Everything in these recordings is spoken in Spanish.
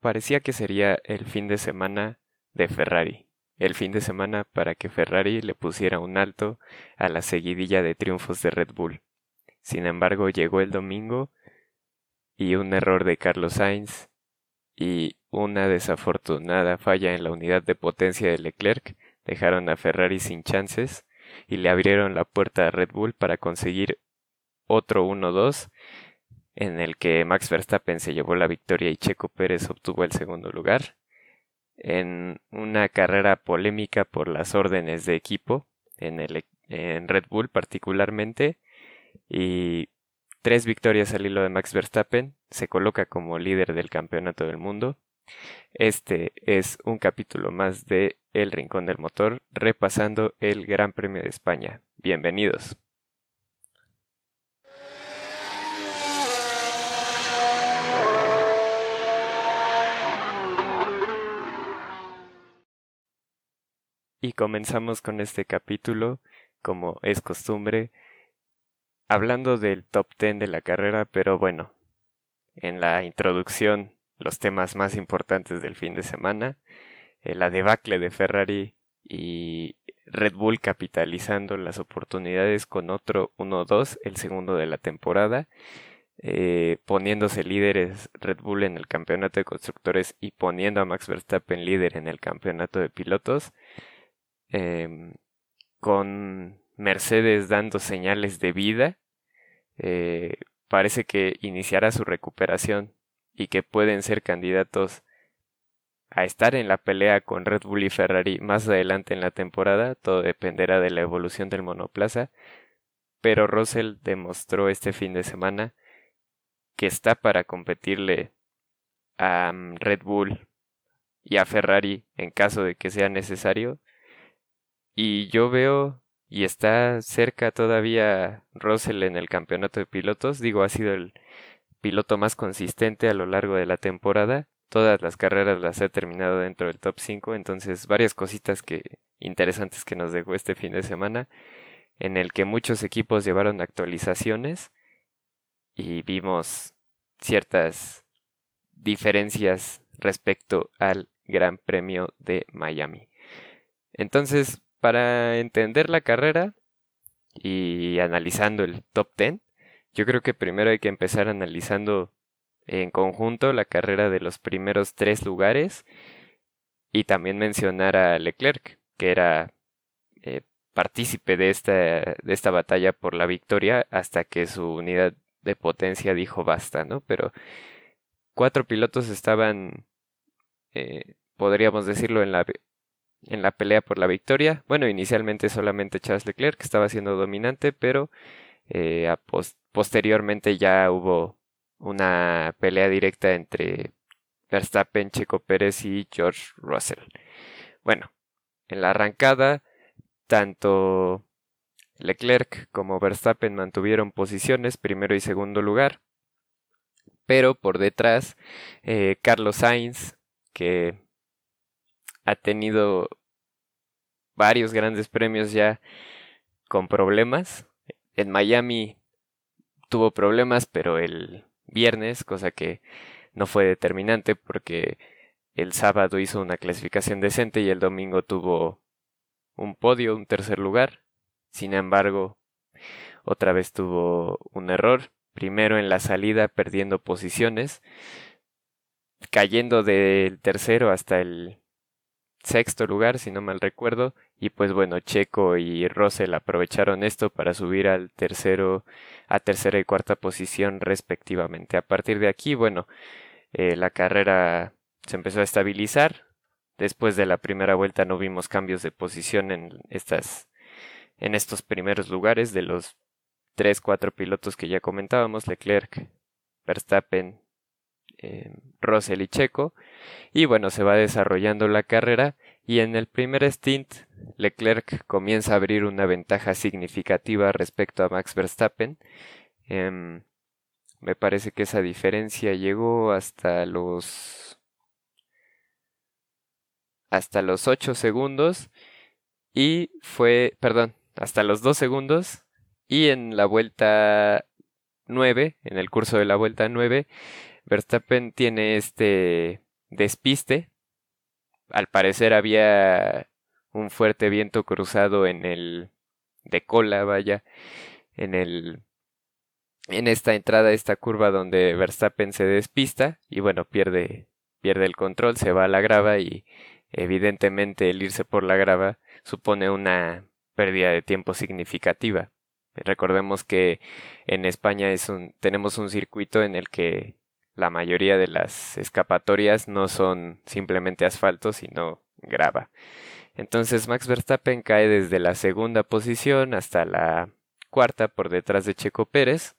parecía que sería el fin de semana de Ferrari, el fin de semana para que Ferrari le pusiera un alto a la seguidilla de triunfos de Red Bull. Sin embargo, llegó el domingo y un error de Carlos Sainz y una desafortunada falla en la unidad de potencia de Leclerc dejaron a Ferrari sin chances y le abrieron la puerta a Red Bull para conseguir otro 1-2 en el que Max Verstappen se llevó la victoria y Checo Pérez obtuvo el segundo lugar, en una carrera polémica por las órdenes de equipo, en Red Bull particularmente, y 3 victorias al hilo de Max Verstappen, se coloca como líder del campeonato del mundo. Este es un capítulo más de El Rincón del Motor, repasando el Gran Premio de España. Bienvenidos. Y comenzamos con este capítulo, como es costumbre, hablando del top 10 de la carrera, pero bueno, en la introducción, los temas más importantes del fin de semana, la debacle de Ferrari y Red Bull capitalizando las oportunidades con otro 1-2, el segundo de la temporada, poniéndose líderes Red Bull en el campeonato de constructores y poniendo a Max Verstappen líder en el campeonato de pilotos, con Mercedes dando señales de vida. Parece que iniciará su recuperación y que pueden ser candidatos a estar en la pelea con Red Bull y Ferrari más adelante en la temporada. Todo dependerá de la evolución del monoplaza, pero Russell demostró este fin de semana que está para competirle a Red Bull y a Ferrari en caso de que sea necesario. Y yo veo, y está cerca todavía Russell en el campeonato de pilotos, digo, ha sido el piloto más consistente a lo largo de la temporada. Todas las carreras las ha terminado dentro del top 5, entonces varias cositas interesantes que nos dejó este fin de semana, en el que muchos equipos llevaron actualizaciones y vimos ciertas diferencias respecto al Gran Premio de Miami. Entonces, para entender la carrera y analizando el top 10, yo creo que primero hay que empezar analizando en conjunto la carrera de los primeros 3 lugares y también mencionar a Leclerc, que era eh, partícipe de esta batalla por la victoria hasta que su unidad de potencia dijo basta, ¿no? Pero 4 pilotos estaban, podríamos decirlo, en la pelea por la victoria. Bueno, inicialmente solamente Charles Leclerc, que estaba siendo dominante, pero posteriormente ya hubo una pelea directa entre Verstappen, Checo Pérez y George Russell. Bueno, en la arrancada, tanto Leclerc como Verstappen mantuvieron posiciones, primero y segundo lugar, pero por detrás, Carlos Sainz, que ha tenido varios grandes premios ya con problemas. En Miami tuvo problemas, pero el viernes, cosa que no fue determinante porque el sábado hizo una clasificación decente y el domingo tuvo un podio, un tercer lugar. Sin embargo, otra vez tuvo un error. Primero en la salida perdiendo posiciones, cayendo del tercero hasta el sexto lugar, si no mal recuerdo, y pues bueno, Checo y Russell aprovecharon esto para subir a tercera y cuarta posición respectivamente. A partir de aquí, bueno, la carrera se empezó a estabilizar. Después de la primera vuelta no vimos cambios de posición en estos primeros lugares de los 3, 4 pilotos que ya comentábamos, Leclerc, Verstappen, Russell y Checo. Y bueno, se va desarrollando la carrera y en el primer stint Leclerc comienza a abrir una ventaja significativa respecto a Max Verstappen. Me parece que esa diferencia llegó hasta los 8 segundos y hasta los 2 segundos y en la vuelta 9, en el curso de la vuelta 9, Verstappen tiene este despiste. Al parecer había un fuerte viento cruzado de cola, vaya, en en esta entrada, esta curva donde Verstappen se despista y bueno, pierde el control, se va a la grava y evidentemente el irse por la grava supone una pérdida de tiempo significativa. Recordemos que en España tenemos un circuito en el que la mayoría de las escapatorias no son simplemente asfalto, sino grava. Entonces Max Verstappen cae desde la segunda posición hasta la cuarta por detrás de Checo Pérez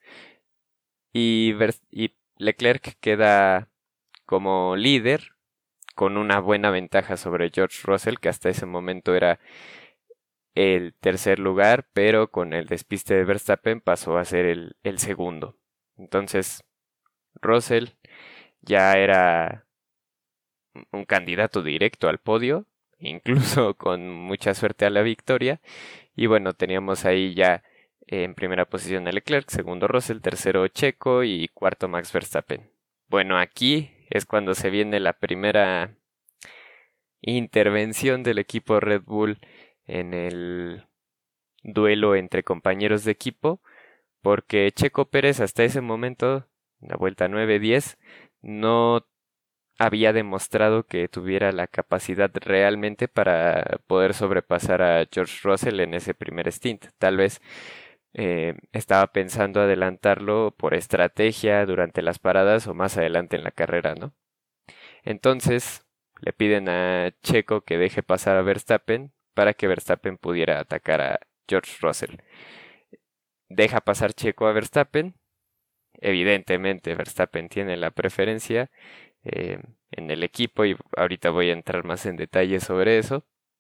y Leclerc queda como líder con una buena ventaja sobre George Russell, que hasta ese momento era el tercer lugar, pero con el despiste de Verstappen pasó a ser el segundo. Entonces Russell ya era un candidato directo al podio, incluso con mucha suerte a la victoria. Y bueno, teníamos ahí ya en primera posición a Leclerc, segundo Russell, tercero Checo y cuarto Max Verstappen. Bueno, aquí es cuando se viene la primera intervención del equipo Red Bull en el duelo entre compañeros de equipo, porque Checo Pérez hasta ese momento, la vuelta 9-10, no había demostrado que tuviera la capacidad realmente para poder sobrepasar a George Russell en ese primer stint. Tal vez estaba pensando adelantarlo por estrategia durante las paradas o más adelante en la carrera, ¿no? Entonces le piden a Checo que deje pasar a Verstappen para que Verstappen pudiera atacar a George Russell. Deja pasar Checo a Verstappen. Evidentemente Verstappen tiene la preferencia en el equipo y ahorita voy a entrar más en detalle sobre eso.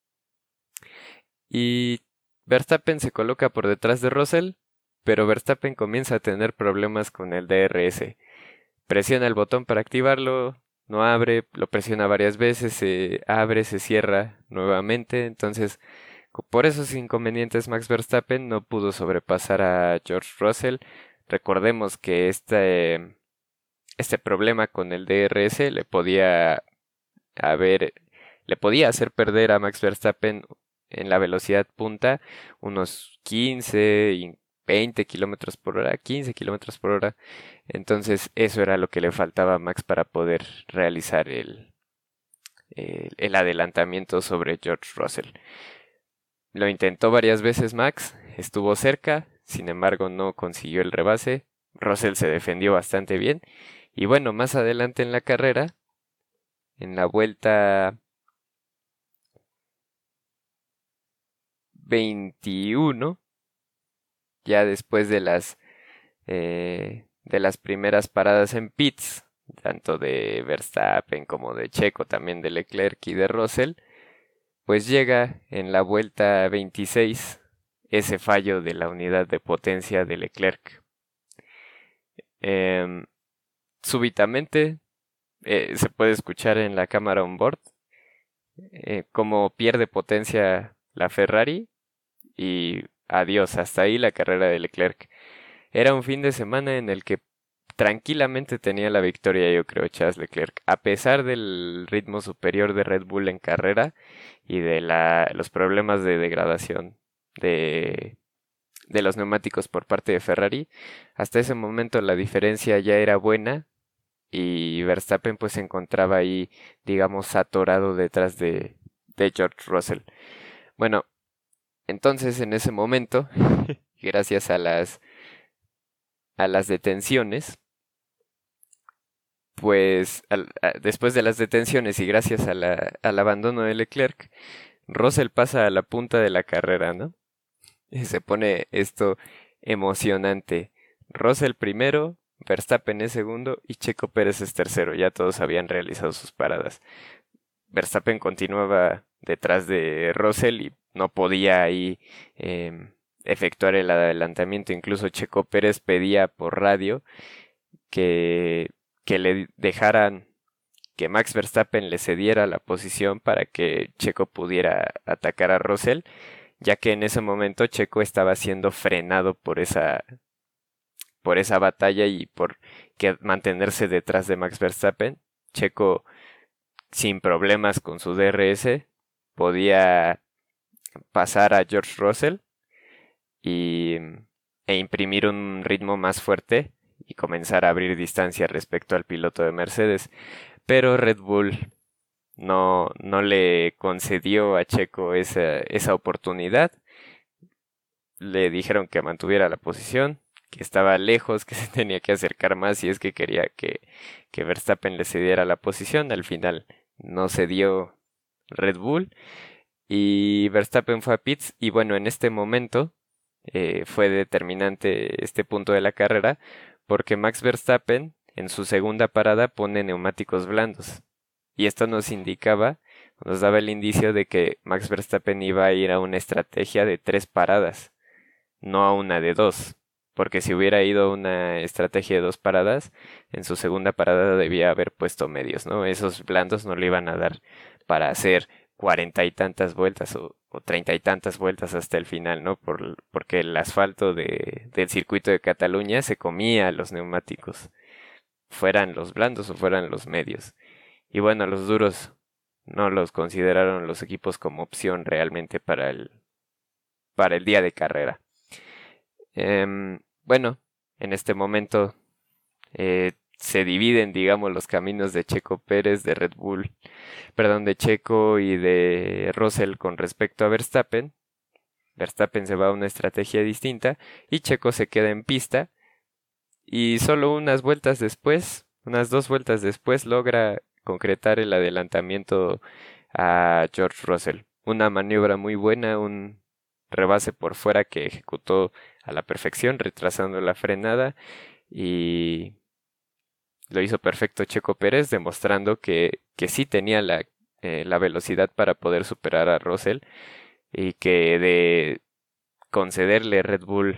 Y Verstappen se coloca por detrás de Russell, pero Verstappen comienza a tener problemas con el DRS. Presiona el botón para activarlo, no abre, lo presiona varias veces, se abre, se cierra nuevamente. Entonces, por esos inconvenientes, Max Verstappen no pudo sobrepasar a George Russell. Recordemos que este problema con el DRS le podía hacer perder a Max Verstappen en la velocidad punta unos 15 y 20 kilómetros por hora, 15 kilómetros por hora. Entonces eso era lo que le faltaba a Max para poder realizar el adelantamiento sobre George Russell. Lo intentó varias veces Max, estuvo cerca, sin embargo no consiguió el rebase. Russell se defendió bastante bien. Y bueno, más adelante en la carrera, en la vuelta 21, ya después de las primeras paradas en pits, tanto de Verstappen como de Checo, también de Leclerc y de Russell, pues llega en la vuelta 26 ese fallo de la unidad de potencia de Leclerc. Súbitamente se puede escuchar en la cámara on board cómo pierde potencia la Ferrari y adiós, hasta ahí la carrera de Leclerc. Era un fin de semana en el que tranquilamente tenía la victoria, yo creo, Charles Leclerc, a pesar del ritmo superior de Red Bull en carrera y de los problemas de degradación de los neumáticos por parte de Ferrari. Hasta ese momento la diferencia ya era buena y Verstappen pues se encontraba ahí, digamos, atorado detrás de George Russell. Bueno, entonces en ese momento, gracias a las detenciones, pues después de las detenciones y gracias al abandono de Leclerc, Russell pasa a la punta de la carrera, ¿no? Y se pone esto emocionante. Russell primero, Verstappen es segundo y Checo Pérez es tercero. Ya todos habían realizado sus paradas. Verstappen continuaba detrás de Russell y no podía ahí efectuar el adelantamiento. Incluso Checo Pérez pedía por radio que le dejaran, que Max Verstappen le cediera la posición para que Checo pudiera atacar a Russell, ya que en ese momento Checo estaba siendo frenado por esa batalla y por mantenerse detrás de Max Verstappen. Checo sin problemas con su DRS podía pasar a George Russell y, e imprimir un ritmo más fuerte y comenzar a abrir distancia respecto al piloto de Mercedes. Pero Red Bull no le concedió a Checo esa oportunidad. Le dijeron que mantuviera la posición, que estaba lejos, que se tenía que acercar más si es que quería que Verstappen le cediera la posición. Al final no cedió Red Bull y Verstappen fue a pits y bueno, en este momento fue determinante este punto de la carrera porque Max Verstappen en su segunda parada pone neumáticos blandos y esto nos daba el indicio de que Max Verstappen iba a ir a una estrategia de 3 paradas, no a una de 2, porque si hubiera ido a una estrategia de 2 paradas, en su segunda parada debía haber puesto medios, ¿no? Esos blandos no le iban a dar para hacer 40 y tantas vueltas o 30 y tantas vueltas hasta el final, ¿no? Porque el asfalto del circuito de Cataluña se comía a los neumáticos, fueran los blandos o fueran los medios. Y bueno, los duros no los consideraron los equipos como opción realmente para el día de carrera. Bueno, en este momento se dividen, digamos, los caminos de Checo Pérez, de Red Bull, perdón, de Checo y de Russell con respecto a Verstappen. Verstappen se va a una estrategia distinta y Checo se queda en pista y solo unas 2 vueltas después, logra concretar el adelantamiento a George Russell. Una maniobra muy buena, un rebase por fuera que ejecutó a la perfección, retrasando la frenada y lo hizo perfecto Checo Pérez, demostrando que sí tenía la velocidad para poder superar a Russell y que de concederle a Red Bull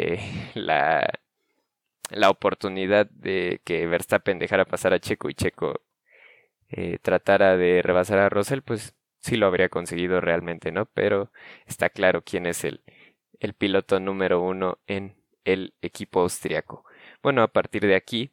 la oportunidad de que Verstappen dejara pasar a Checo y Checo tratara de rebasar a Russell, pues sí lo habría conseguido realmente, ¿no? Pero está claro quién es el piloto número 1 en el equipo austriaco. Bueno, a partir de aquí,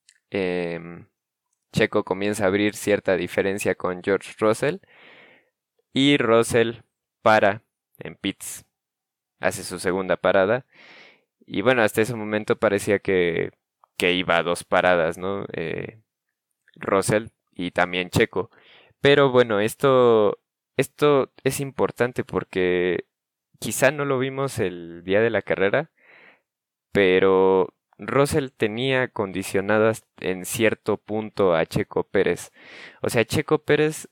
Checo comienza a abrir cierta diferencia con George Russell y Russell para en pits, hace su segunda parada y bueno, hasta ese momento parecía que iba a 2 paradas, ¿no? Russell y también Checo. Pero bueno, esto es importante porque quizá no lo vimos el día de la carrera, pero Russell tenía condicionadas en cierto punto a Checo Pérez. O sea, Checo Pérez,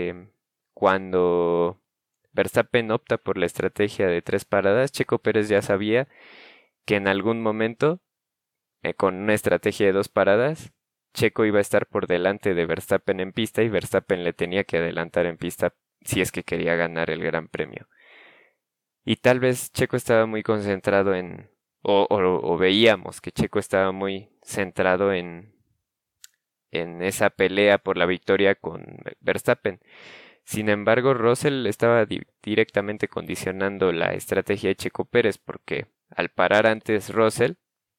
cuando Verstappen opta por la estrategia de 3 paradas, Checo Pérez ya sabía que en algún momento, con una estrategia de 2 paradas, Checo iba a estar por delante de Verstappen en pista y Verstappen le tenía que adelantar en pista si es que quería ganar el Gran Premio. Y tal vez Checo estaba muy concentrado o veíamos que Checo estaba muy centrado en esa pelea por la victoria con Verstappen. Sin embargo, Russell estaba directamente condicionando la estrategia de Checo Pérez porque al parar antes Russell,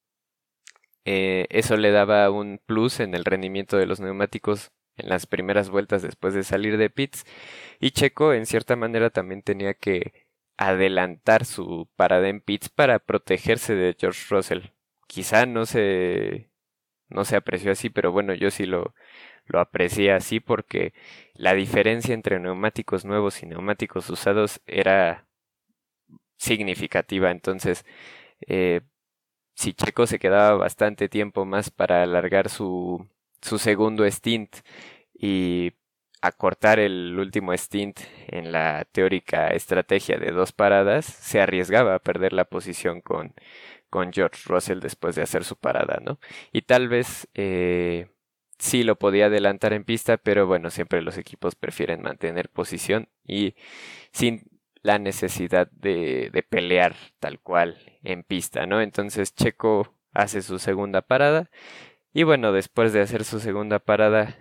eso le daba un plus en el rendimiento de los neumáticos en las primeras vueltas después de salir de pits y Checo en cierta manera también tenía que adelantar su parada en pits para protegerse de George Russell. Quizá no se apreció así, pero bueno, yo sí lo aprecié así porque la diferencia entre neumáticos nuevos y neumáticos usados era significativa. Entonces, eh, si Checo se quedaba bastante tiempo más para alargar su segundo stint y acortar el último stint en la teórica estrategia de 2 paradas, se arriesgaba a perder la posición con George Russell después de hacer su parada, ¿no? Y tal vez sí lo podía adelantar en pista, pero bueno, siempre los equipos prefieren mantener posición y sin la necesidad de pelear tal cual en pista, ¿no? Entonces Checo hace su segunda parada y bueno, después de hacer su segunda parada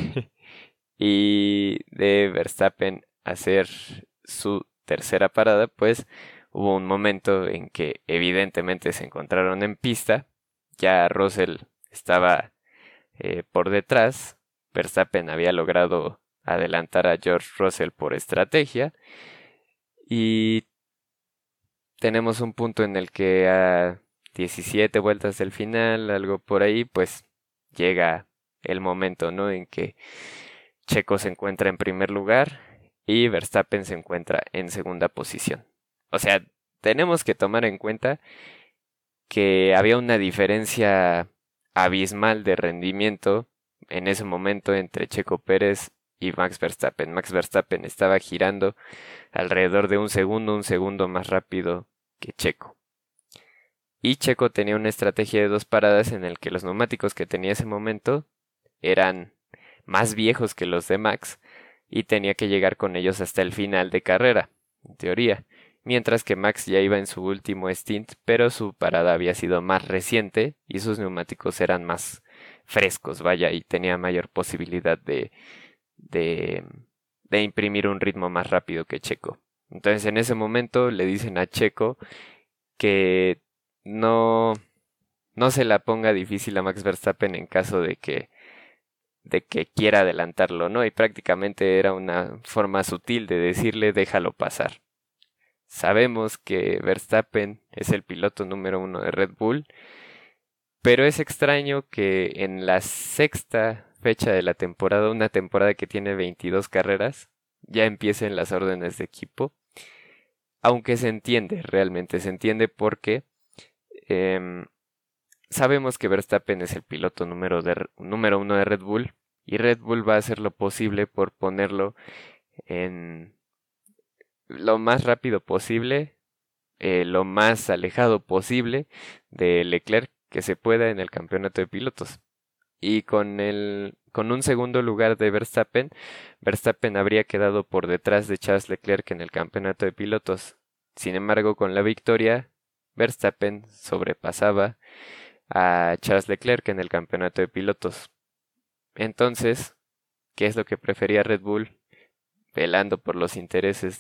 y de Verstappen hacer su tercera parada, pues hubo un momento en que evidentemente se encontraron en pista, ya Russell estaba por detrás, Verstappen había logrado adelantar a George Russell por estrategia. Y tenemos un punto en el que a 17 vueltas del final, algo por ahí, pues llega el momento, ¿no? En que Checo se encuentra en primer lugar y Verstappen se encuentra en segunda posición. O sea, tenemos que tomar en cuenta que había una diferencia abismal de rendimiento en ese momento entre Checo Pérez y Max Verstappen. Max Verstappen estaba girando alrededor de un segundo más rápido que Checo. Y Checo tenía una estrategia de 2 paradas en el que los neumáticos que tenía ese momento eran más viejos que los de Max y tenía que llegar con ellos hasta el final de carrera, en teoría. Mientras que Max ya iba en su último stint, pero su parada había sido más reciente y sus neumáticos eran más frescos, vaya, y tenía mayor posibilidad de, de imprimir un ritmo más rápido que Checo. Entonces en ese momento le dicen a Checo que no, no se la ponga difícil a Max Verstappen en caso de que quiera adelantarlo, ¿no? Y prácticamente era una forma sutil de decirle déjalo pasar. Sabemos que Verstappen es el piloto número 1 de Red Bull, pero es extraño que en la sexta fecha de la temporada, una temporada que tiene 22 carreras, ya empiecen las órdenes de equipo, aunque se entiende, realmente se entiende porque em, sabemos que Verstappen es el piloto número 1 de Red Bull y Red Bull va a hacer lo posible por ponerlo en lo más rápido posible, lo más alejado posible de Leclerc que se pueda en el campeonato de pilotos. Y con un segundo lugar de Verstappen, Verstappen habría quedado por detrás de Charles Leclerc en el campeonato de pilotos. Sin embargo, con la victoria, Verstappen sobrepasaba a Charles Leclerc en el campeonato de pilotos. Entonces, ¿qué es lo que prefería Red Bull? Velando por los intereses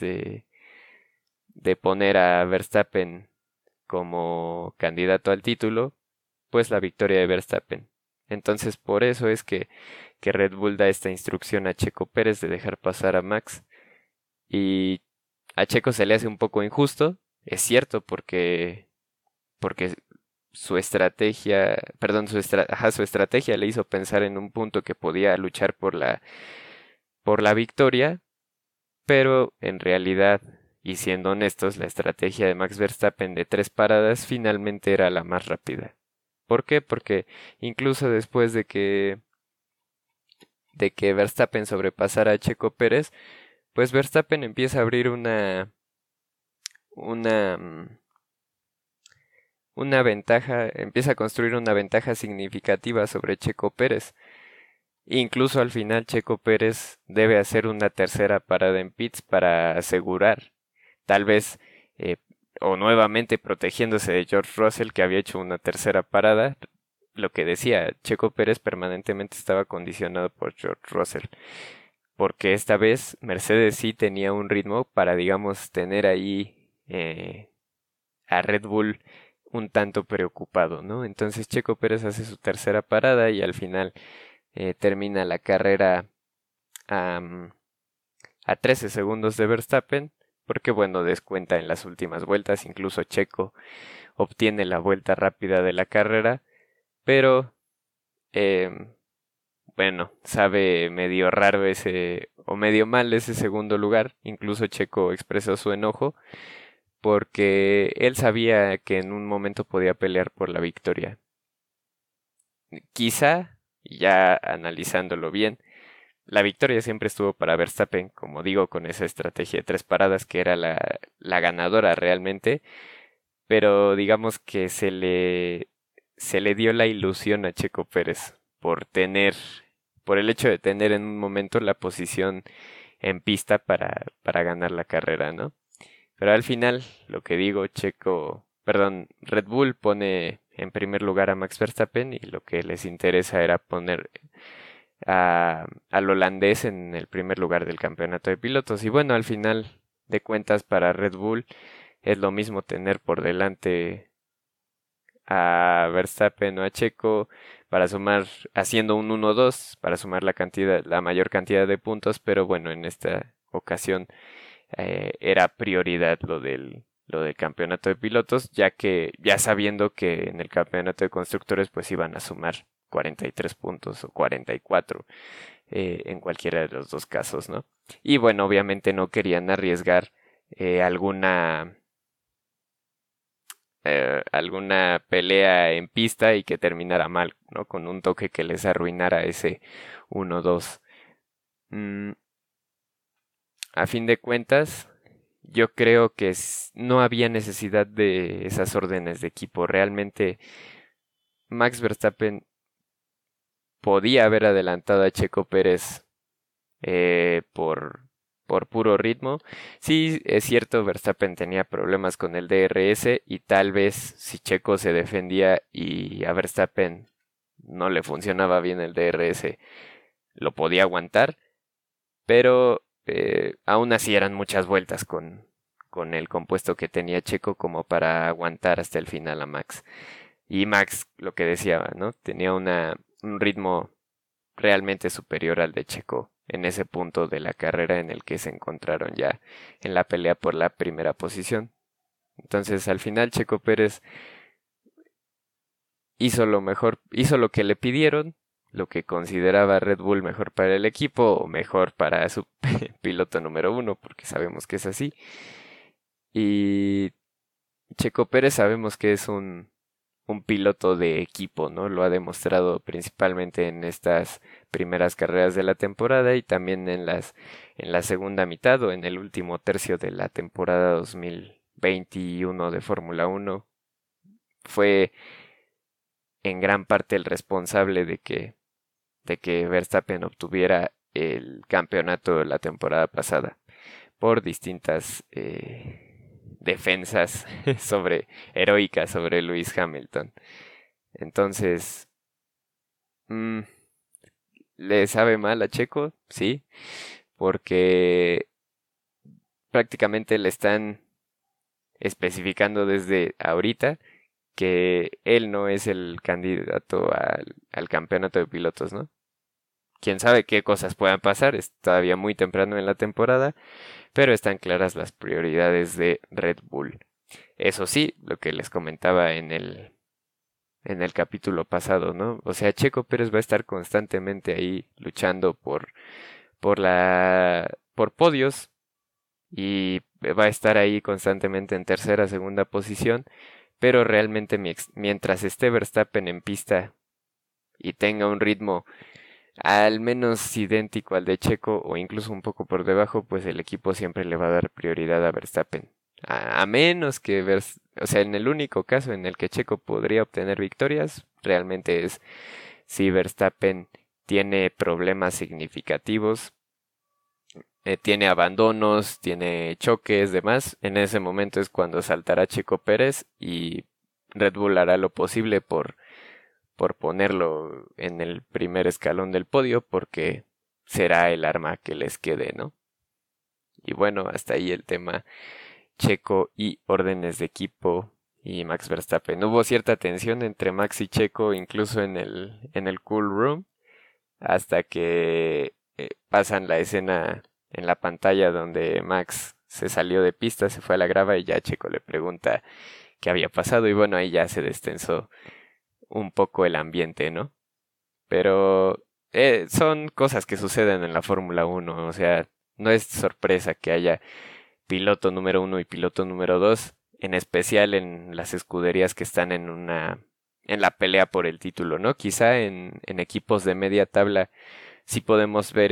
de poner a Verstappen como candidato al título, pues la victoria de Verstappen. Entonces por eso es que Red Bull da esta instrucción a Checo Pérez de dejar pasar a Max y a Checo se le hace un poco injusto, es cierto, porque su estrategia, perdón, su estrategia le hizo pensar en un punto que podía luchar por la victoria, pero en realidad, y siendo honestos, la estrategia de Max Verstappen de 3 paradas finalmente era la más rápida. ¿Por qué? Porque incluso después de que Verstappen sobrepasara a Checo Pérez, pues Verstappen empieza a abrir una, mm, una ventaja, empieza a construir una ventaja significativa sobre Checo Pérez. Incluso al final Checo Pérez debe hacer una tercera parada en pits para asegurar, tal vez, eh, o nuevamente protegiéndose de George Russell que había hecho una tercera parada. Lo que decía, Checo Pérez permanentemente estaba condicionado por George Russell, porque esta vez Mercedes sí tenía un ritmo para, digamos, tener ahí a Red Bull un tanto preocupado, ¿no? Entonces Checo Pérez hace su tercera parada y al final termina la carrera a, a 13 segundos de Verstappen, porque bueno, descuenta en las últimas vueltas, incluso Checo obtiene la vuelta rápida de la carrera, pero bueno, sabe medio raro o medio mal ese segundo lugar, incluso Checo expresó su enojo, porque él sabía que en un momento podía pelear por la victoria. Quizá, ya analizándolo bien, la victoria siempre estuvo para Verstappen, como digo, con esa estrategia de 3 paradas que era la ganadora realmente, pero digamos que se le dio la ilusión a Checo Pérez por el hecho de tener en un momento la posición en pista para ganar la carrera, ¿no? Pero al final, lo que digo, Red Bull pone en primer lugar a Max Verstappen y lo que les interesa era poner al holandés en el primer lugar del campeonato de pilotos. Y bueno, al final de cuentas para Red Bull es lo mismo tener por delante a Verstappen o a Checo, para sumar, haciendo un 1-2, para sumar la mayor cantidad de puntos, pero bueno, en esta ocasión era prioridad lo del campeonato de pilotos, ya que ya sabiendo que en el campeonato de constructores pues iban a sumar 43 puntos o 44 en cualquiera de los dos casos, ¿no? Y bueno, obviamente no querían arriesgar alguna alguna pelea en pista y que terminara mal, ¿no? Con un toque que les arruinara ese 1-2. Mm, a fin de cuentas, yo creo que no había necesidad de esas órdenes de equipo. Realmente Max Verstappen podía haber adelantado a Checo Pérez por puro ritmo. Sí, es cierto, Verstappen tenía problemas con el DRS y tal vez si Checo se defendía y a Verstappen no le funcionaba bien el DRS, lo podía aguantar, pero aún así eran muchas vueltas con el compuesto que tenía Checo como para aguantar hasta el final a Max. Y Max, lo que decía, ¿no? Tenía un ritmo realmente superior al de Checo en ese punto de la carrera en el que se encontraron ya en la pelea por la primera posición. Entonces, al final Checo Pérez hizo lo mejor, hizo lo que le pidieron, lo que consideraba Red Bull mejor para el equipo o mejor para su piloto número uno, porque sabemos que es así. Y Checo Pérez sabemos que es un piloto de equipo, ¿no? Lo ha demostrado principalmente en estas primeras carreras de la temporada y también en la segunda mitad o en el último tercio de la temporada 2021 de Fórmula Uno. Fue en gran parte el responsable de que Verstappen obtuviera el campeonato de la temporada pasada por distintas defensas heroicas sobre Lewis Hamilton. Entonces, mm, le sabe mal a Checo, sí, porque prácticamente le están especificando desde ahorita que él no es el candidato al campeonato de pilotos, ¿no? Quién sabe qué cosas puedan pasar, es todavía muy temprano en la temporada, pero están claras las prioridades de Red Bull. Eso sí, lo que les comentaba en el capítulo pasado, ¿no? O sea, Checo Pérez va a estar constantemente ahí luchando por podios y va a estar ahí constantemente en tercera, segunda posición, pero realmente mientras esté Verstappen en pista y tenga un ritmo al menos idéntico al de Checo o incluso un poco por debajo, pues el equipo siempre le va a dar prioridad a Verstappen. A menos que o sea, en el único caso en el que Checo podría obtener victorias, realmente es si Verstappen tiene problemas significativos, tiene abandonos, tiene choques, demás. En ese momento es cuando saltará Checo Pérez y Red Bull hará lo posible por ponerlo en el primer escalón del podio porque será el arma que les quede, ¿no? Y bueno, hasta ahí el tema Checo y órdenes de equipo y Max Verstappen. Hubo cierta tensión entre Max y Checo incluso en el cool room hasta que pasan la escena en la pantalla donde Max se salió de pista, se fue a la grava y ya Checo le pregunta qué había pasado y bueno, ahí ya se destensó un poco el ambiente, ¿no? Pero son cosas que suceden en la Fórmula Uno, o sea, no es sorpresa que haya piloto número uno y piloto número dos, en especial en las escuderías que están en la pelea por el título, ¿no? Quizá en equipos de media tabla sí podemos ver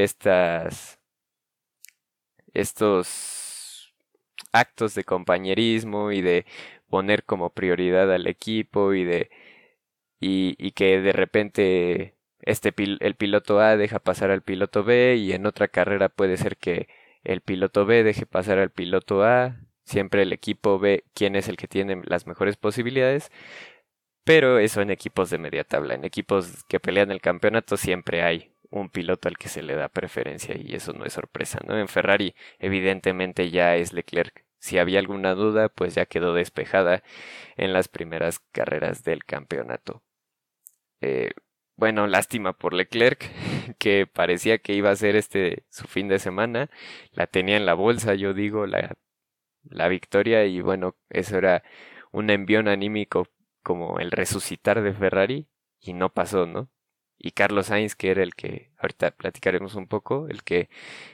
estos actos de compañerismo y de poner como prioridad al equipo y que de repente el piloto A deja pasar al piloto B y en otra carrera puede ser que el piloto B deje pasar al piloto A, siempre el equipo ve quién es el que tiene las mejores posibilidades, pero eso en equipos de media tabla, en equipos que pelean el campeonato siempre hay un piloto al que se le da preferencia y eso no es sorpresa, ¿no? En Ferrari evidentemente ya es Leclerc. Si había alguna duda, pues ya quedó despejada en las primeras carreras del campeonato. bueno, lástima por Leclerc, que parecía que iba a ser este su fin de semana. La tenía en la bolsa, yo digo, la victoria, y bueno, eso era un envión anímico como el resucitar de Ferrari, y no pasó, ¿no? Y Carlos Sainz, que era el que, ahorita platicaremos un poco, el que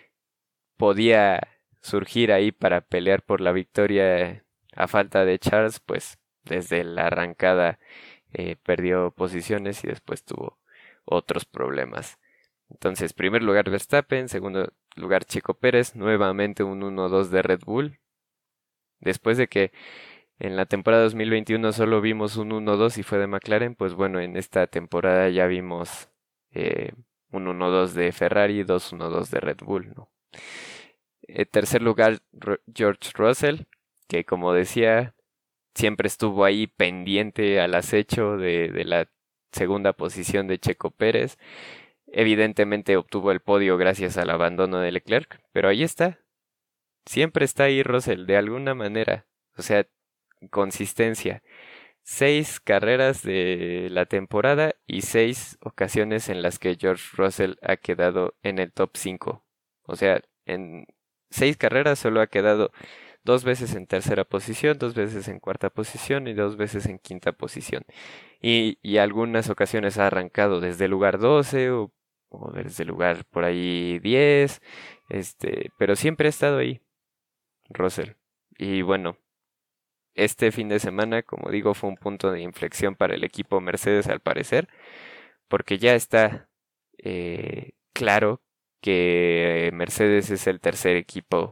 podía surgir ahí para pelear por la victoria a falta de Charles, pues desde la arrancada perdió posiciones y después tuvo otros problemas. Entonces, primer lugar Verstappen, segundo lugar Checo Pérez, nuevamente un 1-2 de Red Bull. Después de que en la temporada 2021 solo vimos un 1-2 y fue de McLaren, pues bueno, en esta temporada ya vimos eh, un 1-2 de Ferrari, 2-1-2 de Red Bull, ¿no? Tercer lugar, George Russell, que como decía, siempre estuvo ahí pendiente al acecho de la segunda posición de Checo Pérez. Evidentemente obtuvo el podio gracias al abandono de Leclerc, pero ahí está. Siempre está ahí Russell, de alguna manera. O sea, consistencia. 6 carreras de la temporada y 6 ocasiones en las que George Russell ha quedado en el top 5. O sea, en 6 carreras solo ha quedado 2 veces en tercera posición, 2 veces en cuarta posición y 2 veces en quinta posición. Y algunas ocasiones ha arrancado desde el lugar 12 o desde el lugar por ahí 10, pero siempre ha estado ahí, Russell. Y bueno, este fin de semana, como digo, fue un punto de inflexión para el equipo Mercedes al parecer, porque ya está claro que Mercedes es el tercer equipo,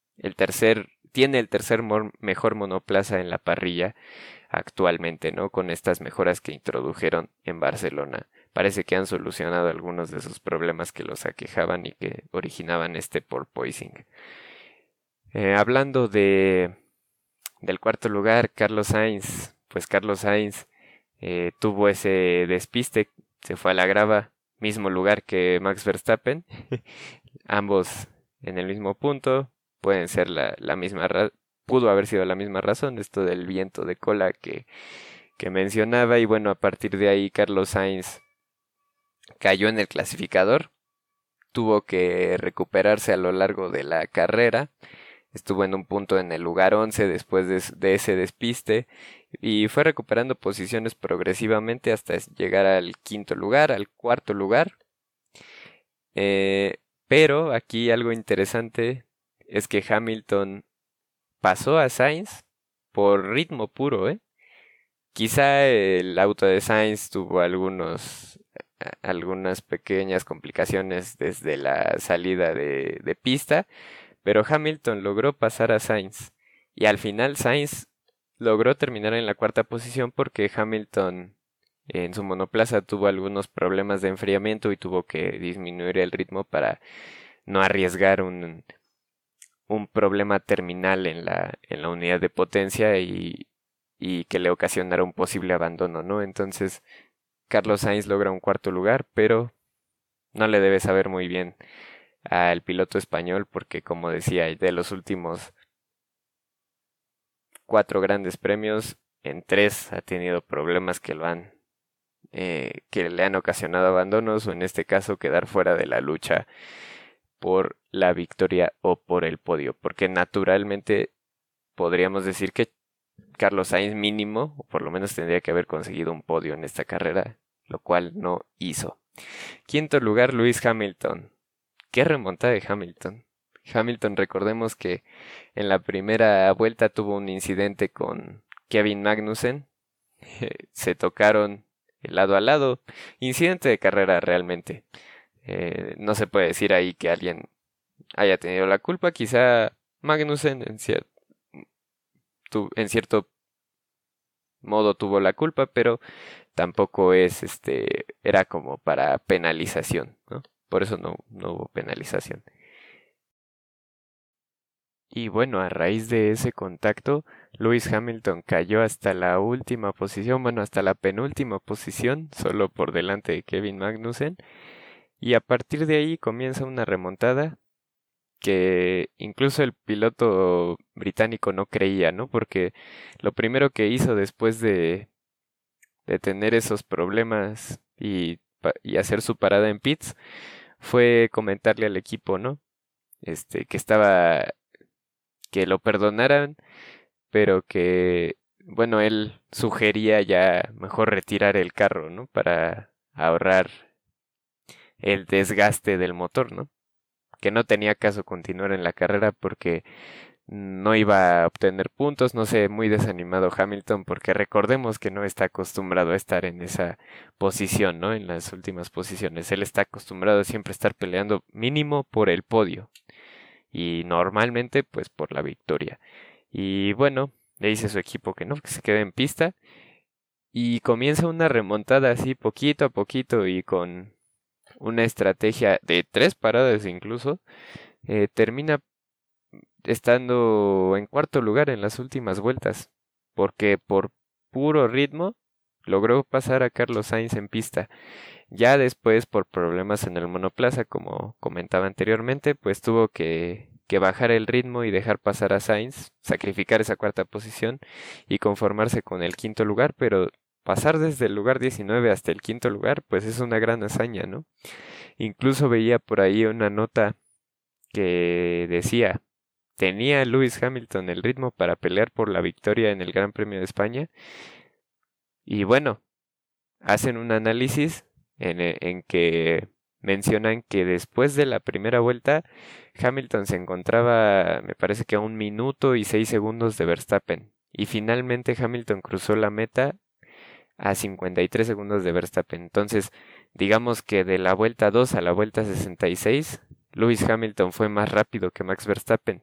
tiene el tercer mejor monoplaza en la parrilla actualmente, ¿no? Con estas mejoras que introdujeron en Barcelona. Parece que han solucionado algunos de sus problemas que los aquejaban y que originaban este porpoising. Hablando del cuarto lugar, Carlos Sainz. Pues Carlos Sainz tuvo ese despiste, se fue a la grava, mismo lugar que Max Verstappen, ambos en el mismo punto, pueden ser la misma pudo haber sido la misma razón, esto del viento de cola que mencionaba, y bueno, a partir de ahí Carlos Sainz cayó en el clasificador, tuvo que recuperarse a lo largo de la carrera. Estuvo en un punto en el lugar 11 después de ese despiste y fue recuperando posiciones progresivamente hasta llegar al quinto lugar, al cuarto lugar. Pero aquí algo interesante es que Hamilton pasó a Sainz por ritmo puro, ¿eh? Quizá el auto de Sainz tuvo algunas pequeñas complicaciones desde la salida de pista, pero Hamilton logró pasar a Sainz y al final Sainz logró terminar en la cuarta posición porque Hamilton en su monoplaza tuvo algunos problemas de enfriamiento y tuvo que disminuir el ritmo para no arriesgar un problema terminal en la unidad de potencia y que le ocasionara un posible abandono, ¿no? Entonces Carlos Sainz logra un cuarto lugar, pero no le debe saber muy bien al piloto español porque, como decía, de los últimos 4 grandes premios, en 3 ha tenido problemas que le han ocasionado abandonos o en este caso quedar fuera de la lucha por la victoria o por el podio, porque naturalmente podríamos decir que Carlos Sainz mínimo, o por lo menos tendría que haber conseguido un podio en esta carrera, lo cual no hizo. Quinto lugar, Lewis Hamilton. Qué remontada de Hamilton. Hamilton, recordemos que en la primera vuelta tuvo un incidente con Kevin Magnussen. Se tocaron lado a lado. Incidente de carrera realmente. No se puede decir ahí que alguien haya tenido la culpa. Quizá Magnussen en cierto modo tuvo la culpa, pero tampoco era como para penalización, ¿no? Por eso no hubo penalización. Y bueno, a raíz de ese contacto, Lewis Hamilton cayó hasta la última posición, bueno, hasta la penúltima posición, solo por delante de Kevin Magnussen. Y a partir de ahí comienza una remontada que incluso el piloto británico no creía, ¿no? Porque lo primero que hizo después de tener esos problemas y y hacer su parada en pits, fue comentarle al equipo, ¿no? Que estaba, que lo perdonaran, pero que, bueno, él sugería ya mejor retirar el carro, ¿no? Para ahorrar el desgaste del motor, ¿no? Que no tenía caso continuar en la carrera porque no iba a obtener puntos, no sé, muy desanimado Hamilton porque recordemos que no está acostumbrado a estar en esa posición, ¿no? En las últimas posiciones. Él está acostumbrado a siempre estar peleando mínimo por el podio y normalmente pues por la victoria. Y bueno, le dice a su equipo que no, que se quede en pista y comienza una remontada así poquito a poquito y con una estrategia de 3 paradas incluso, termina estando en cuarto lugar en las últimas vueltas, porque por puro ritmo logró pasar a Carlos Sainz en pista. Ya después, por problemas en el monoplaza, como comentaba anteriormente, pues tuvo que bajar el ritmo y dejar pasar a Sainz, sacrificar esa cuarta posición y conformarse con el quinto lugar, pero pasar desde el lugar 19 hasta el quinto lugar, pues es una gran hazaña, ¿no? Incluso veía por ahí una nota que decía, ¿tenía Lewis Hamilton el ritmo para pelear por la victoria en el Gran Premio de España? Y bueno, hacen un análisis en que mencionan que después de la primera vuelta, Hamilton se encontraba, me parece que a 1 minuto y 6 segundos de Verstappen. Y finalmente Hamilton cruzó la meta a 53 segundos de Verstappen. Entonces, digamos que de la vuelta 2 a la vuelta 66, Lewis Hamilton fue más rápido que Max Verstappen.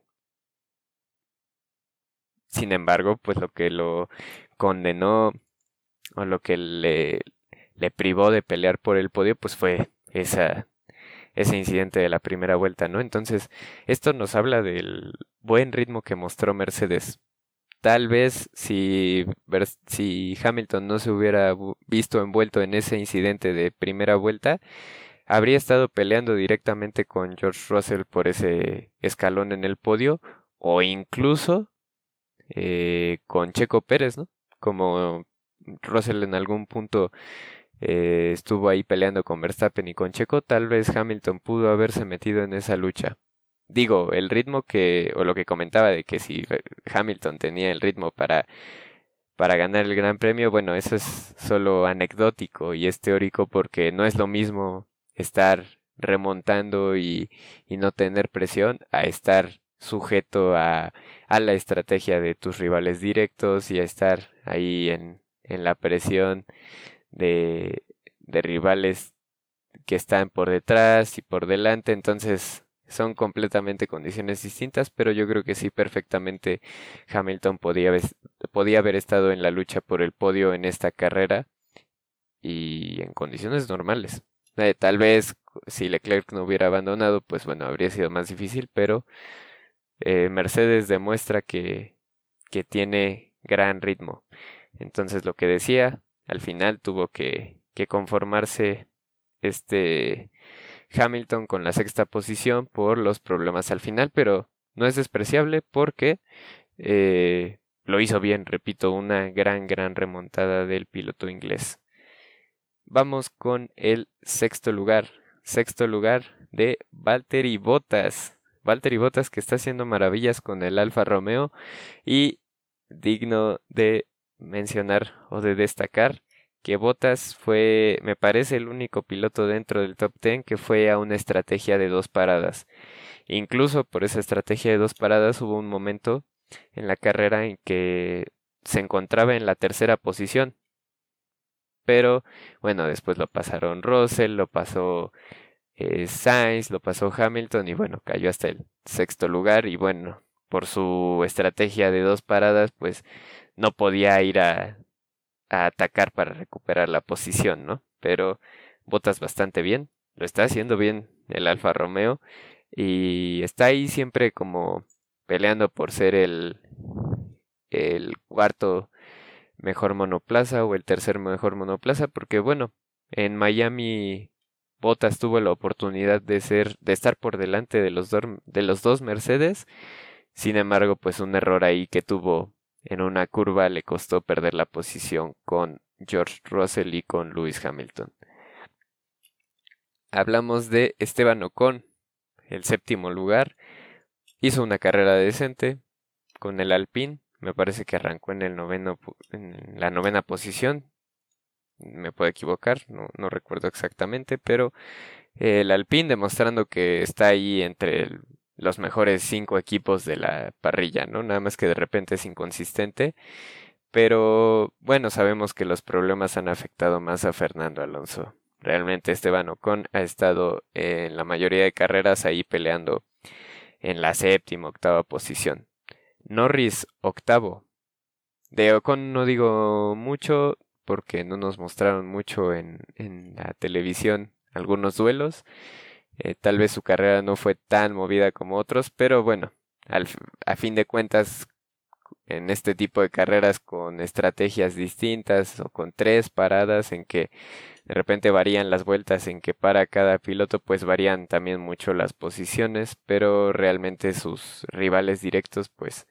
Sin embargo, pues lo que lo condenó o lo que le privó de pelear por el podio, pues fue ese incidente de la primera vuelta, ¿no? Entonces, esto nos habla del buen ritmo que mostró Mercedes. Tal vez si Hamilton no se hubiera visto envuelto en ese incidente de primera vuelta, habría estado peleando directamente con George Russell por ese escalón en el podio o incluso con Checo Pérez, ¿no? Como Russell en algún punto estuvo ahí peleando con Verstappen y con Checo, tal vez Hamilton pudo haberse metido en esa lucha. Digo, el ritmo o lo que comentaba de que si Hamilton tenía el ritmo para ganar el Gran Premio, bueno, eso es solo anecdótico y es teórico porque no es lo mismo estar remontando y no tener presión a estar sujeto a la estrategia de tus rivales directos y a estar ahí en la presión de rivales que están por detrás y por delante, entonces son completamente condiciones distintas, pero yo creo que sí perfectamente Hamilton podía haber estado en la lucha por el podio en esta carrera y en condiciones normales. Tal vez si Leclerc no hubiera abandonado, pues bueno, habría sido más difícil, pero Mercedes demuestra que tiene gran ritmo. Entonces lo que decía, al final tuvo que conformarse este Hamilton con la sexta posición por los problemas al final, pero no es despreciable porque lo hizo bien, repito, una gran remontada del piloto inglés. Vamos con el sexto lugar de Valtteri Bottas. Valtteri Bottas que está haciendo maravillas con el Alfa Romeo y digno de mencionar o de destacar que Bottas fue, me parece, el único piloto dentro del top 10 que fue a una estrategia de 2 paradas. Incluso por esa estrategia de 2 paradas hubo un momento en la carrera en que se encontraba en la tercera posición. Pero bueno, después lo pasaron Russell, lo pasó Sainz, lo pasó Hamilton y bueno, cayó hasta el sexto lugar y bueno, por su estrategia de 2 paradas, pues no podía ir a atacar para recuperar la posición, ¿no? Pero Bottas bastante bien, lo está haciendo bien el Alfa Romeo y está ahí siempre como peleando por ser el cuarto mejor monoplaza o el tercer mejor monoplaza, porque bueno, en Miami Bottas tuvo la oportunidad de estar por delante de los dos Mercedes, sin embargo, pues un error ahí que tuvo en una curva le costó perder la posición con George Russell y con Lewis Hamilton. Hablamos de Esteban Ocon, el séptimo lugar. Hizo una carrera decente con el Alpine. Me parece que arrancó en en la novena posición. Me puedo equivocar, no recuerdo exactamente, pero el Alpine demostrando que está ahí entre los mejores 5 equipos de la parrilla, ¿no? Nada más que de repente es inconsistente. Pero bueno, sabemos que los problemas han afectado más a Fernando Alonso. Realmente Esteban Ocon ha estado en la mayoría de carreras ahí peleando en la séptima, octava posición. Norris, octavo. De Ocon no digo mucho porque no nos mostraron mucho en la televisión algunos duelos. Tal vez su carrera no fue tan movida como otros, pero bueno, a fin de cuentas, en este tipo de carreras con estrategias distintas o con 3 paradas en que de repente varían las vueltas en que para cada piloto, pues varían también mucho las posiciones, pero realmente sus rivales directos pues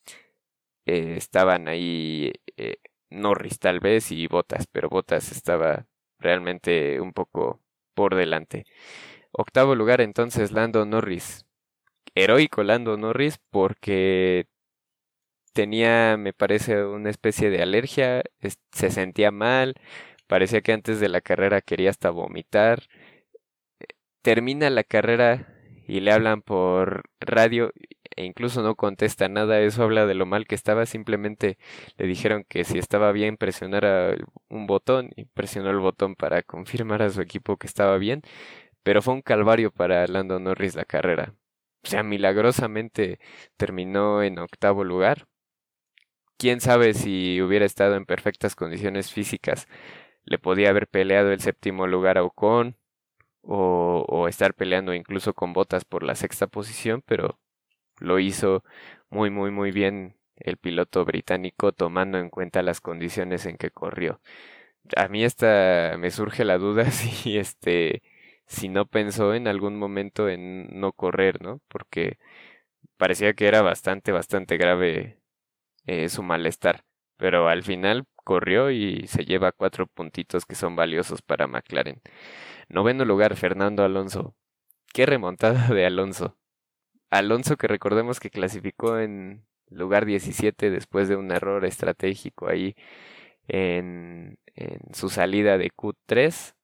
estaban ahí, Norris tal vez y Bottas, pero Bottas estaba realmente un poco por delante. Octavo lugar entonces Lando Norris. Heroico Lando Norris porque tenía, me parece, una especie de alergia, se sentía mal, parecía que antes de la carrera quería hasta vomitar. Termina la carrera y le hablan por radio e incluso no contesta nada, eso habla de lo mal que estaba, simplemente le dijeron que si estaba bien presionara un botón y presionó el botón para confirmar a su equipo que estaba bien, pero fue un calvario para Lando Norris la carrera. O sea, milagrosamente terminó en octavo lugar. Quién sabe si hubiera estado en perfectas condiciones físicas, le podía haber peleado el séptimo lugar a Ocon o estar peleando incluso con Bottas por la sexta posición, pero lo hizo muy bien el piloto británico tomando en cuenta las condiciones en que corrió. A mí esta me surge la duda si no pensó en algún momento en no correr, ¿no? Porque parecía que era bastante grave su malestar. Pero al final corrió y se lleva 4 puntitos que son valiosos para McLaren. Noveno lugar, Fernando Alonso. Qué remontada de Alonso. Alonso que recordemos que clasificó en lugar 17 después de un error estratégico ahí en su salida de Q3.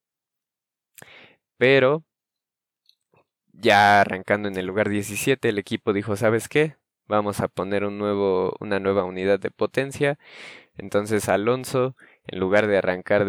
Pero ya arrancando en el lugar 17, el equipo dijo, ¿sabes qué? Vamos a poner una nueva unidad de potencia. Entonces Alonso, en lugar de arrancar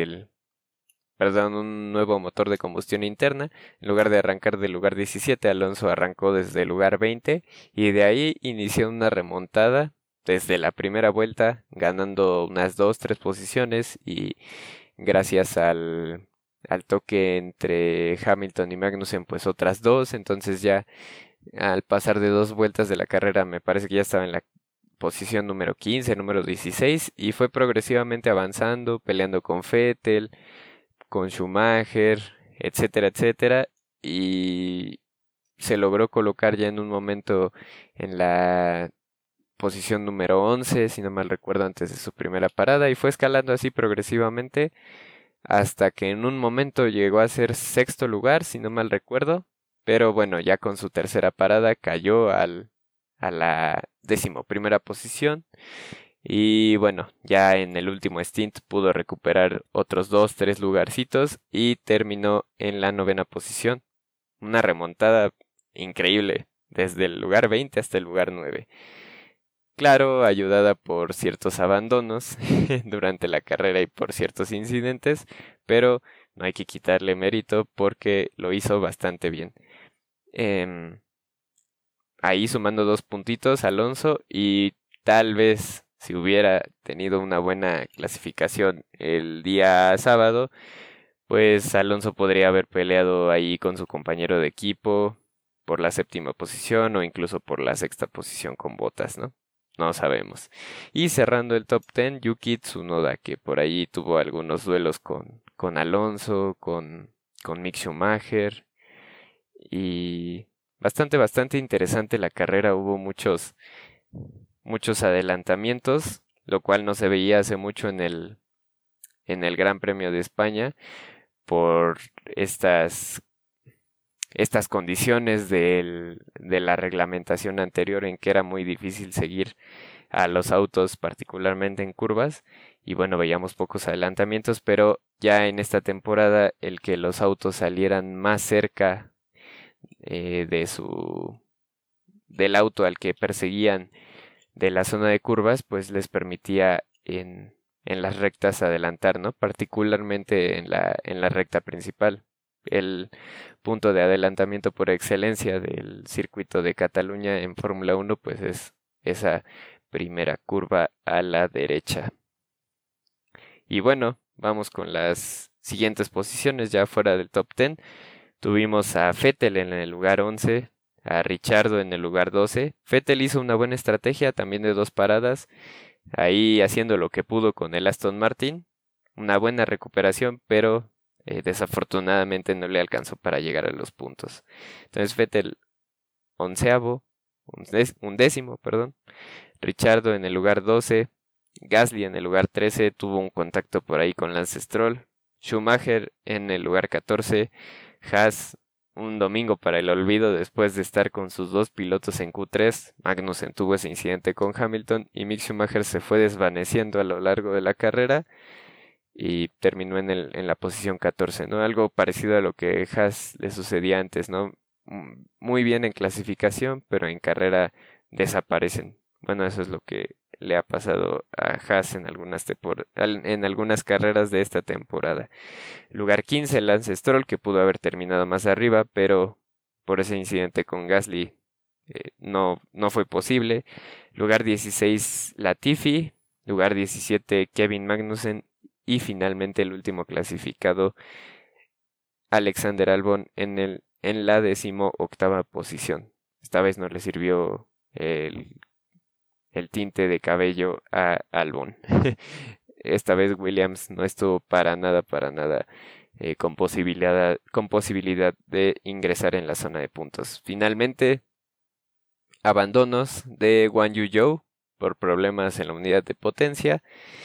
un nuevo motor de combustión interna, en lugar de arrancar del lugar 17, Alonso arrancó desde el lugar 20 y de ahí inició una remontada desde la primera vuelta, ganando unas 2, 3 posiciones y gracias al toque entre Hamilton y Magnussen, pues otras 2, entonces ya al pasar de 2 vueltas de la carrera me parece que ya estaba en la posición número 15, número 16 y fue progresivamente avanzando, peleando con Vettel, con Schumacher, etcétera, y se logró colocar ya en un momento en la posición número 11, si no mal recuerdo, antes de su primera parada, y fue escalando así progresivamente hasta que en un momento llegó a ser sexto lugar, si no mal recuerdo, pero bueno, ya con su tercera parada cayó a la 11ª posición y bueno, ya en el último stint pudo recuperar otros 2, 3 lugarcitos y terminó en la novena posición. Una remontada increíble, desde el lugar 20 hasta el lugar 9. Claro, ayudada por ciertos abandonos durante la carrera y por ciertos incidentes, pero no hay que quitarle mérito porque lo hizo bastante bien. Em, Ahí sumando 2 puntitos Alonso y tal vez si hubiera tenido una buena clasificación el día sábado, pues Alonso podría haber peleado ahí con su compañero de equipo por la séptima posición o incluso por la sexta posición con Bottas, ¿no? No sabemos. Y cerrando el top 10, Yuki Tsunoda, que por ahí tuvo algunos duelos con Alonso, con Mick Schumacher y bastante interesante la carrera. Hubo muchos adelantamientos, lo cual no se veía hace mucho en el Gran Premio de España por estas estas condiciones de la reglamentación anterior en que era muy difícil seguir a los autos, particularmente en curvas, y bueno, veíamos pocos adelantamientos, pero ya en esta temporada el que los autos salieran más cerca de del auto al que perseguían de la zona de curvas, pues les permitía en las rectas adelantar, ¿no? Particularmente en la recta principal. El punto de adelantamiento por excelencia del circuito de Cataluña en Fórmula 1, pues es esa primera curva a la derecha. Y bueno, vamos con las siguientes posiciones ya fuera del top 10. Tuvimos a Vettel en el lugar 11, a Ricciardo en el lugar 12. Vettel hizo una buena estrategia también de 2 paradas, ahí haciendo lo que pudo con el Aston Martin. Una buena recuperación, pero desafortunadamente no le alcanzó para llegar a los puntos. Entonces Vettel onceavo, undécimo, perdón. Ricciardo en el lugar 12. Gasly en el lugar 13, tuvo un contacto por ahí con Lance Stroll. Schumacher en el lugar 14. Haas, un domingo para el olvido después de estar con sus 2 pilotos en Q3. Magnussen tuvo ese incidente con Hamilton y Mick Schumacher se fue desvaneciendo a lo largo de la carrera y terminó en la posición 14, ¿no? Algo parecido a lo que Haas le sucedía antes, ¿no? Muy bien en clasificación, pero en carrera desaparecen. Bueno, eso es lo que le ha pasado a Haas en algunas carreras de esta temporada. Lugar 15, Lance Stroll, que pudo haber terminado más arriba, pero por ese incidente con Gasly no fue posible. Lugar 16, Latifi. Lugar 17, Kevin Magnussen. Y finalmente el último clasificado, Alexander Albon, en la 18ª posición. Esta vez no le sirvió el tinte de cabello a Albon. Esta vez Williams no estuvo para nada con posibilidad de ingresar en la zona de puntos. Finalmente, abandonos de Guan Yu Zhou por problemas en la unidad de potencia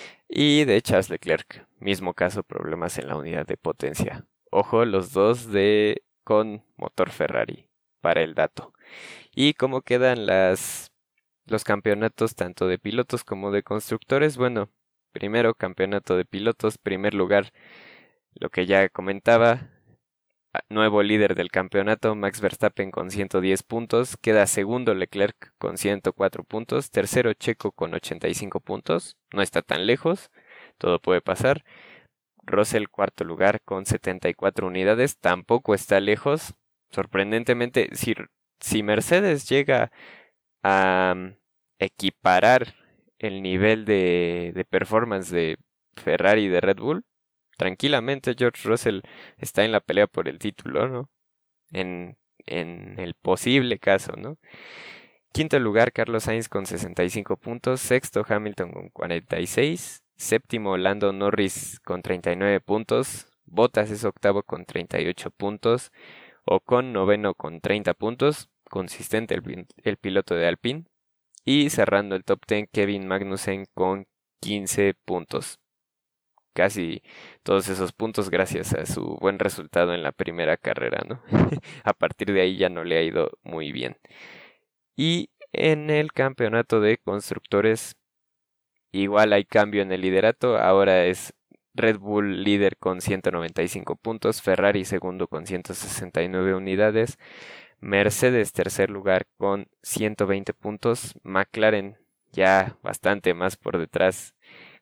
y de Charles Leclerc, mismo caso, problemas en la unidad de potencia. Ojo, los dos con motor Ferrari, para el dato. ¿Y cómo quedan los campeonatos tanto de pilotos como de constructores? Bueno, primero campeonato de pilotos, primer lugar, lo que ya comentaba, nuevo líder del campeonato, Max Verstappen con 110 puntos, queda segundo Leclerc con 104 puntos, tercero Checo con 85 puntos, no está tan lejos, todo puede pasar. Russell cuarto lugar con 74 unidades, tampoco está lejos. Sorprendentemente, si Mercedes llega a equiparar el nivel de performance de Ferrari y de Red Bull, tranquilamente George Russell está en la pelea por el título, ¿no? En el posible caso, ¿no? Quinto lugar, Carlos Sainz con 65 puntos. Sexto, Hamilton con 46. Séptimo, Lando Norris con 39 puntos. Bottas es octavo con 38 puntos. Ocon noveno con 30 puntos. Consistente el piloto de Alpine. Y cerrando el top 10, Kevin Magnussen con 15 puntos. Casi todos esos puntos gracias a su buen resultado en la primera carrera, ¿no? A partir de ahí ya no le ha ido muy bien. Y en el campeonato de constructores, igual hay cambio en el liderato. Ahora es Red Bull líder con 195 puntos, Ferrari segundo con 169 unidades, Mercedes tercer lugar con 120 puntos, McLaren ya bastante más por detrás,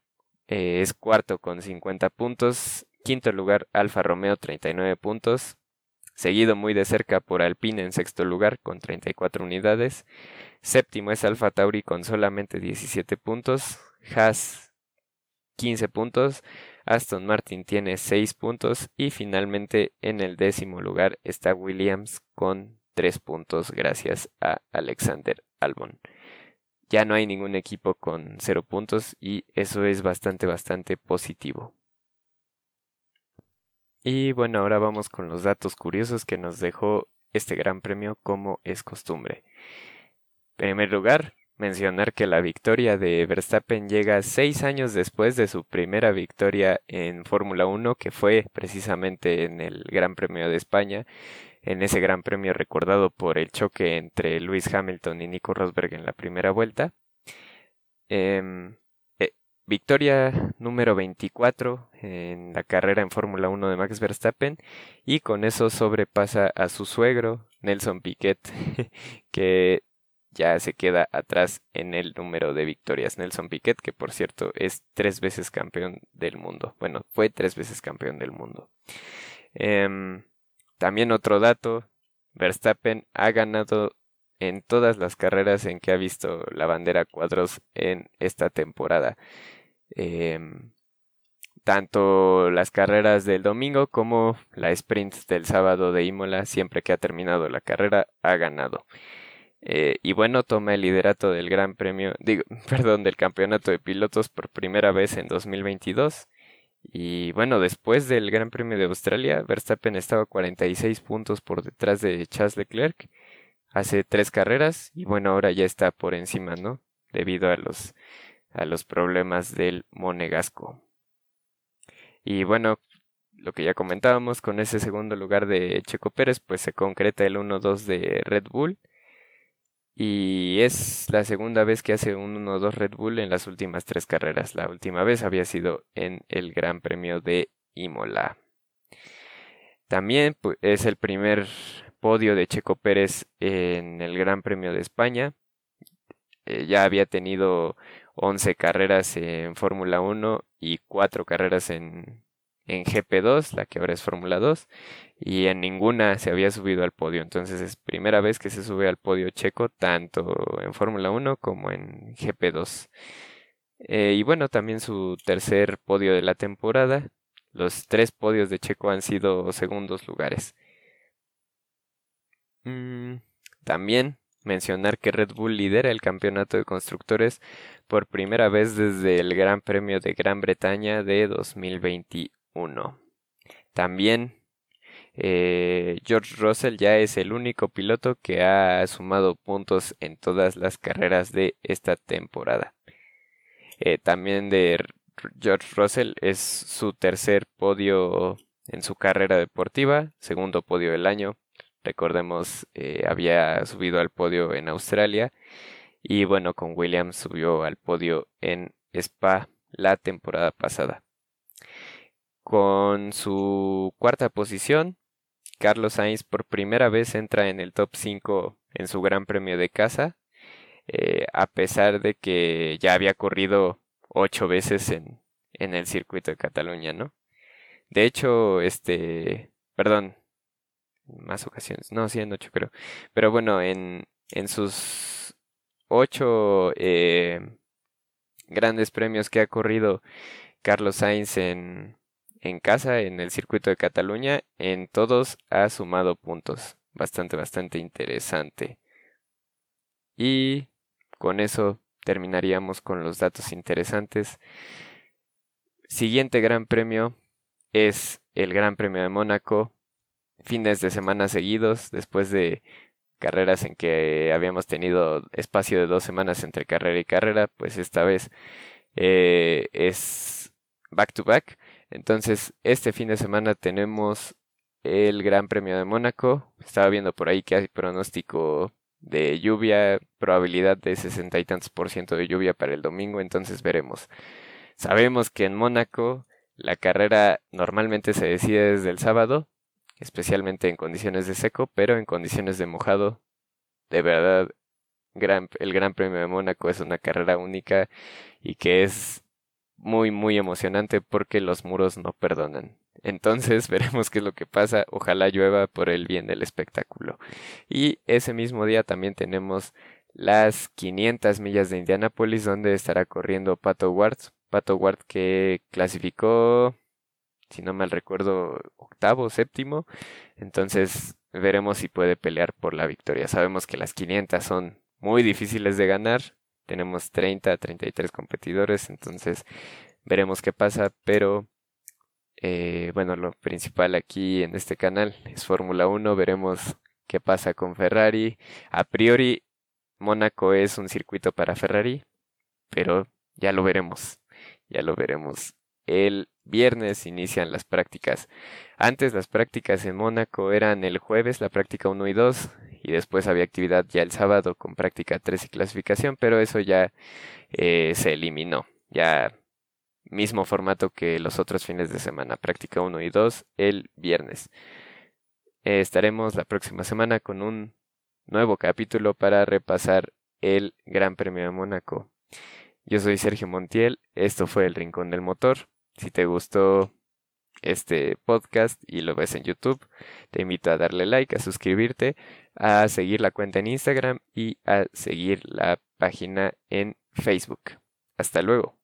es cuarto con 50 puntos, quinto lugar Alfa Romeo 39 puntos, seguido muy de cerca por Alpine en sexto lugar con 34 unidades, séptimo es Alfa Tauri con solamente 17 puntos, Haas 15 puntos, Aston Martin tiene 6 puntos y finalmente en el 10º lugar está Williams con 3 puntos gracias a Alexander Albon. Ya no hay ningún equipo con 0 puntos y eso es bastante positivo. Y bueno, ahora vamos con los datos curiosos que nos dejó este gran premio como es costumbre. En primer lugar, mencionar que la victoria de Verstappen llega 6 años después de su primera victoria en Fórmula 1, que fue precisamente en el Gran Premio de España, en ese gran premio recordado por el choque entre Lewis Hamilton y Nico Rosberg en la primera vuelta. Em, Victoria número 24 en la carrera en Fórmula 1 de Max Verstappen, y con eso sobrepasa a su suegro Nelson Piquet, que ya se queda atrás en el número de victorias. Nelson Piquet, que por cierto es 3 veces campeón del mundo. Bueno, fue 3 veces campeón del mundo. También otro dato, Verstappen ha ganado en todas las carreras en que ha visto la bandera cuadros en esta temporada. Em, Tanto las carreras del domingo como la sprint del sábado de Imola, siempre que ha terminado la carrera, ha ganado. Y bueno, toma el liderato del Gran Premio, perdón, del campeonato de pilotos por primera vez en 2022. Y bueno, después del Gran Premio de Australia, Verstappen estaba 46 puntos por detrás de Charles Leclerc hace 3 carreras, y bueno, ahora ya está por encima, ¿no? Debido a los problemas del monegasco. Y bueno, lo que ya comentábamos, con ese segundo lugar de Checo Pérez, pues se concreta el 1-2 de Red Bull. Y es la segunda vez que hace un 1-2 Red Bull en las últimas 3 carreras. La última vez había sido en el Gran Premio de Imola. También pues, es el primer podio de Checo Pérez en el Gran Premio de España. Ya había tenido 11 carreras en Fórmula 1 y 4 carreras en GP2, la que ahora es Fórmula 2, y en ninguna se había subido al podio. Entonces es primera vez que se sube al podio Checo, tanto en Fórmula 1 como en GP2. Y bueno, también su tercer podio de la temporada. Los 3 podios de Checo han sido segundos lugares. También mencionar que Red Bull lidera el campeonato de constructores por primera vez desde el Gran Premio de Gran Bretaña de 2021. También George Russell ya es el único piloto que ha sumado puntos en todas las carreras de esta temporada. También de George Russell es su tercer podio en su carrera deportiva, segundo podio del año. Recordemos, había subido al podio en Australia, y bueno, con Williams subió al podio en Spa la temporada pasada. Con su cuarta posición, Carlos Sainz por primera vez entra en el top 5 en su Gran Premio de casa, a pesar de que ya había corrido 8 veces en el circuito de Cataluña, ¿no? De hecho, perdón, más ocasiones, no, sí en 8 creo, pero bueno, en sus 8 grandes premios que ha corrido Carlos Sainz en casa, en el circuito de Cataluña, en todos ha sumado puntos. Bastante interesante. Y con eso terminaríamos con los datos interesantes. Siguiente gran premio es el Gran Premio de Mónaco. Fines de semana seguidos, después de carreras en que habíamos tenido espacio de 2 semanas entre carrera y carrera, pues esta vez es back to back. Entonces, este fin de semana tenemos el Gran Premio de Mónaco. Estaba viendo por ahí que hay pronóstico de lluvia, probabilidad de 60 y tantos por ciento de lluvia para el domingo, entonces veremos. Sabemos que en Mónaco la carrera normalmente se decide desde el sábado, especialmente en condiciones de seco, pero en condiciones de mojado, de verdad, el Gran Premio de Mónaco es una carrera única y que es muy emocionante porque los muros no perdonan. Entonces veremos qué es lo que pasa. Ojalá llueva por el bien del espectáculo. Y ese mismo día también tenemos las 500 millas de Indianápolis, donde estará corriendo Pato Ward. Pato Ward que clasificó, si no mal recuerdo, octavo o séptimo. Entonces veremos si puede pelear por la victoria. Sabemos que las 500 son muy difíciles de ganar. Tenemos 33 competidores, entonces veremos qué pasa, pero bueno, lo principal aquí en este canal es Fórmula 1, veremos qué pasa con Ferrari. A priori, Mónaco es un circuito para Ferrari, pero ya lo veremos el viernes inician las prácticas. Antes las prácticas en Mónaco eran el jueves, la práctica 1 y 2, y después había actividad ya el sábado con práctica 3 y clasificación, pero eso ya se eliminó. Ya mismo formato que los otros fines de semana, práctica 1 y 2 el viernes. Estaremos la próxima semana con un nuevo capítulo para repasar el Gran Premio de Mónaco. Yo soy Sergio Montiel, esto fue El Rincón del Motor. Si te gustó este podcast y lo ves en YouTube, te invito a darle like, a suscribirte, a seguir la cuenta en Instagram y a seguir la página en Facebook. Hasta luego.